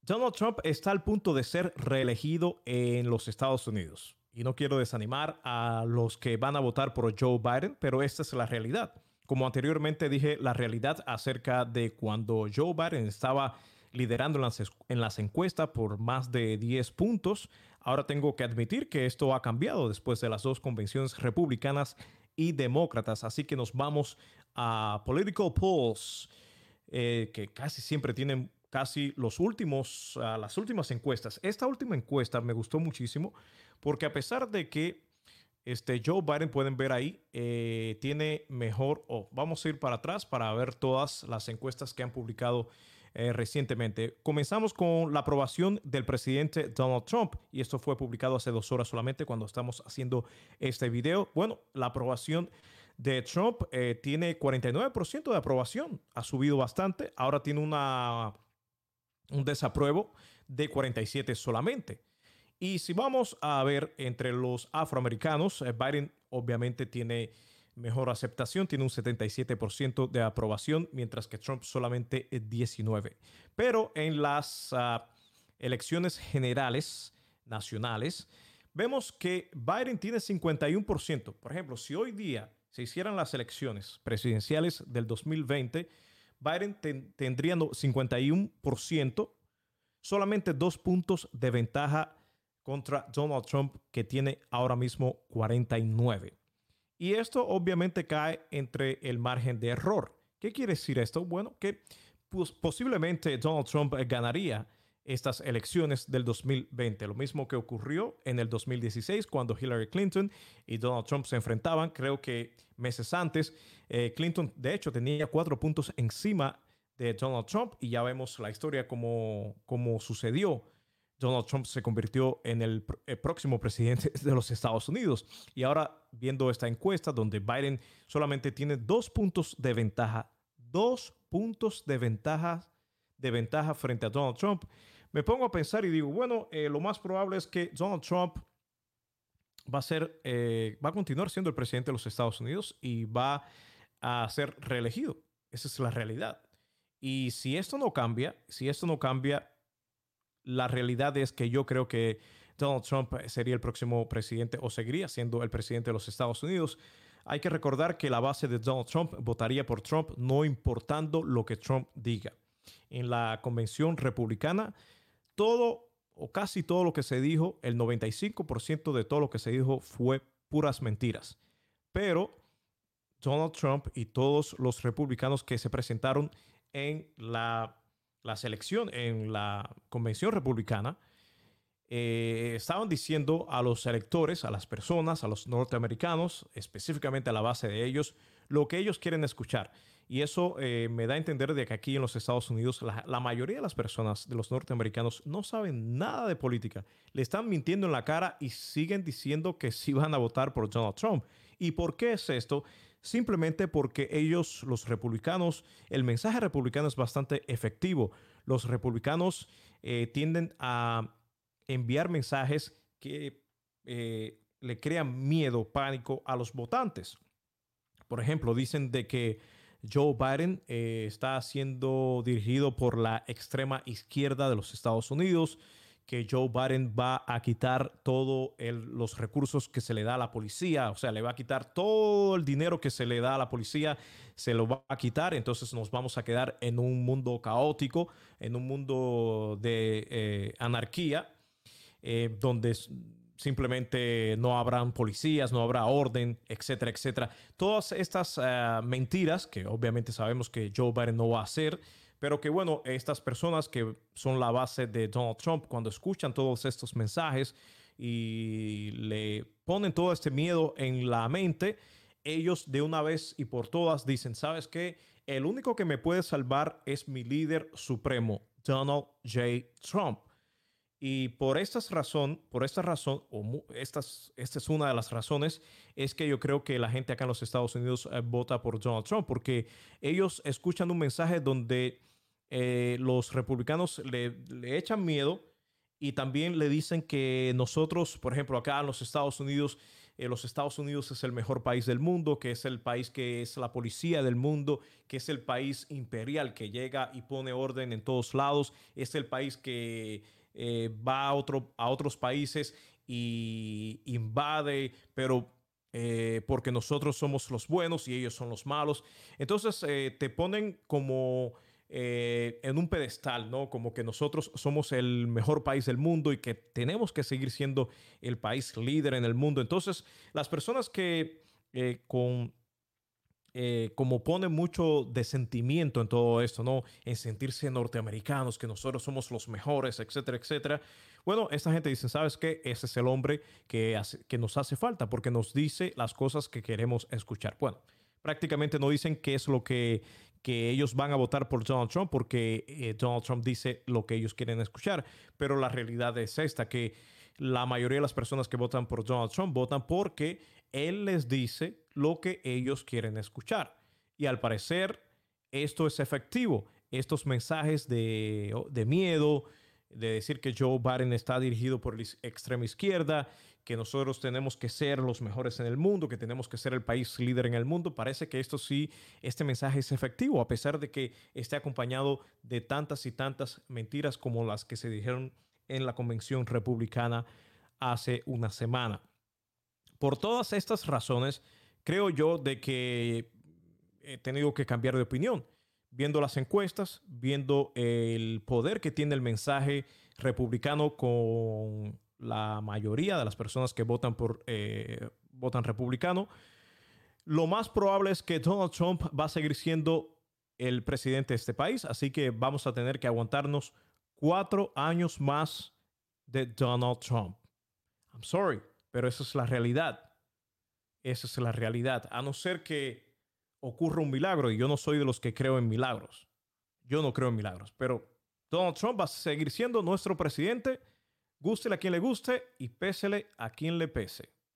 Donald Trump está al punto de ser reelegido en los Estados Unidos. Y no quiero desanimar a los que van a votar por Joe Biden, pero esta es la realidad. Como anteriormente dije, la realidad acerca de cuando Joe Biden estaba liderando en las encuestas por más de 10 puntos, ahora tengo que admitir que esto ha cambiado después de las dos convenciones republicanas y demócratas. Así que nos vamos a Political Polls, que casi siempre tienen casi las últimas encuestas. Esta última encuesta me gustó muchísimo porque a pesar de que Joe Biden, pueden ver ahí, tiene mejor, vamos a ir para atrás para ver todas las encuestas que han publicado recientemente. Comenzamos con la aprobación del presidente Donald Trump y esto fue publicado hace 2 horas solamente cuando estamos haciendo este video. Bueno, la aprobación de Trump tiene 49% de aprobación, ha subido bastante, ahora tiene un desapruebo de 47 solamente. Y si vamos a ver entre los afroamericanos, Biden obviamente tiene mejor aceptación, tiene un 77% de aprobación, mientras que Trump solamente 19%. Pero en las elecciones generales nacionales, vemos que Biden tiene 51%. Por ejemplo, si hoy día se hicieran las elecciones presidenciales del 2020, Biden tendría 51%, solamente 2 puntos de ventaja contra Donald Trump, que tiene ahora mismo 49. Y esto obviamente cae entre el margen de error. ¿Qué quiere decir esto? Bueno, que pues, posiblemente Donald Trump ganaría estas elecciones del 2020. Lo mismo que ocurrió en el 2016 cuando Hillary Clinton y Donald Trump se enfrentaban. Creo que meses antes, Clinton de hecho tenía 4 puntos encima de Donald Trump y ya vemos la historia como sucedió. Donald Trump se convirtió en el próximo presidente de los Estados Unidos. Y ahora viendo esta encuesta donde Biden solamente tiene 2 puntos de ventaja, 2 puntos de ventaja frente a Donald Trump, me pongo a pensar y digo, bueno, lo más probable es que Donald Trump va a continuar siendo el presidente de los Estados Unidos y va a ser reelegido. Esa es la realidad. Y si esto no cambia, la realidad es que yo creo que Donald Trump sería el próximo presidente o seguiría siendo el presidente de los Estados Unidos. Hay que recordar que la base de Donald Trump votaría por Trump no importando lo que Trump diga. En la convención republicana, todo o casi todo lo que se dijo, el 95% de todo lo que se dijo fue puras mentiras. Pero Donald Trump y todos los republicanos que se presentaron en la selección, en la convención republicana, estaban diciendo a los electores, a las personas, a los norteamericanos, específicamente a la base de ellos, lo que ellos quieren escuchar. Y eso me da a entender de que aquí en los Estados Unidos la mayoría de las personas, de los norteamericanos, no saben nada de política. Le están mintiendo en la cara y siguen diciendo que sí van a votar por Donald Trump. ¿Y por qué es esto? Simplemente porque ellos, los republicanos, el mensaje republicano es bastante efectivo. Los republicanos tienden a enviar mensajes que le crean miedo, pánico a los votantes. Por ejemplo, dicen de que Joe Biden está siendo dirigido por la extrema izquierda de los Estados Unidos, que Joe Biden va a quitar todos los recursos que se le da a la policía, o sea, le va a quitar todo el dinero que se le da a la policía, se lo va a quitar, entonces nos vamos a quedar en un mundo caótico, en un mundo de anarquía, donde simplemente no habrán policías, no habrá orden, etcétera, etcétera. Todas estas mentiras que obviamente sabemos que Joe Biden no va a hacer, pero que bueno, estas personas que son la base de Donald Trump, cuando escuchan todos estos mensajes y le ponen todo este miedo en la mente, ellos de una vez y por todas dicen, ¿sabes qué? El único que me puede salvar es mi líder supremo, Donald J. Trump. Y por esta razón, esta es una de las razones, es que yo creo que la gente acá en los Estados Unidos vota por Donald Trump, porque ellos escuchan un mensaje donde los republicanos le echan miedo y también le dicen que nosotros, por ejemplo, acá en los Estados Unidos, los Estados Unidos es el mejor país del mundo, que es el país que es la policía del mundo, que es el país imperial que llega y pone orden en todos lados, es el país que va a otros países y invade, pero porque nosotros somos los buenos y ellos son los malos. Entonces te ponen como en un pedestal, ¿no? Como que nosotros somos el mejor país del mundo y que tenemos que seguir siendo el país líder en el mundo. Entonces, las personas que como ponen mucho de sentimiento en todo esto, ¿no? En sentirse norteamericanos, que nosotros somos los mejores, etcétera, etcétera. Bueno, esta gente dice, ¿sabes qué? Ese es el hombre que nos hace falta porque nos dice las cosas que queremos escuchar. Bueno, prácticamente no dicen qué es lo que ellos van a votar por Donald Trump porque Donald Trump dice lo que ellos quieren escuchar, pero la realidad es esta, que la mayoría de las personas que votan por Donald Trump votan porque él les dice lo que ellos quieren escuchar. Y al parecer esto es efectivo. Estos mensajes de miedo, de decir que Joe Biden está dirigido por la extrema izquierda, que nosotros tenemos que ser los mejores en el mundo, que tenemos que ser el país líder en el mundo. Parece que este mensaje es efectivo, a pesar de que esté acompañado de tantas y tantas mentiras como las que se dijeron en la convención republicana hace una semana. Por todas estas razones, creo yo de que he tenido que cambiar de opinión. Viendo las encuestas, viendo el poder que tiene el mensaje republicano con la mayoría de las personas que votan republicano, lo más probable es que Donald Trump va a seguir siendo el presidente de este país, así que vamos a tener que aguantarnos 4 años más de Donald Trump. I'm sorry, pero esa es la realidad. Esa es la realidad. A no ser que ocurra un milagro, y yo no soy de los que creo en milagros. Yo no creo en milagros, pero Donald Trump va a seguir siendo nuestro presidente, gústele a quien le guste y pésele a quien le pese.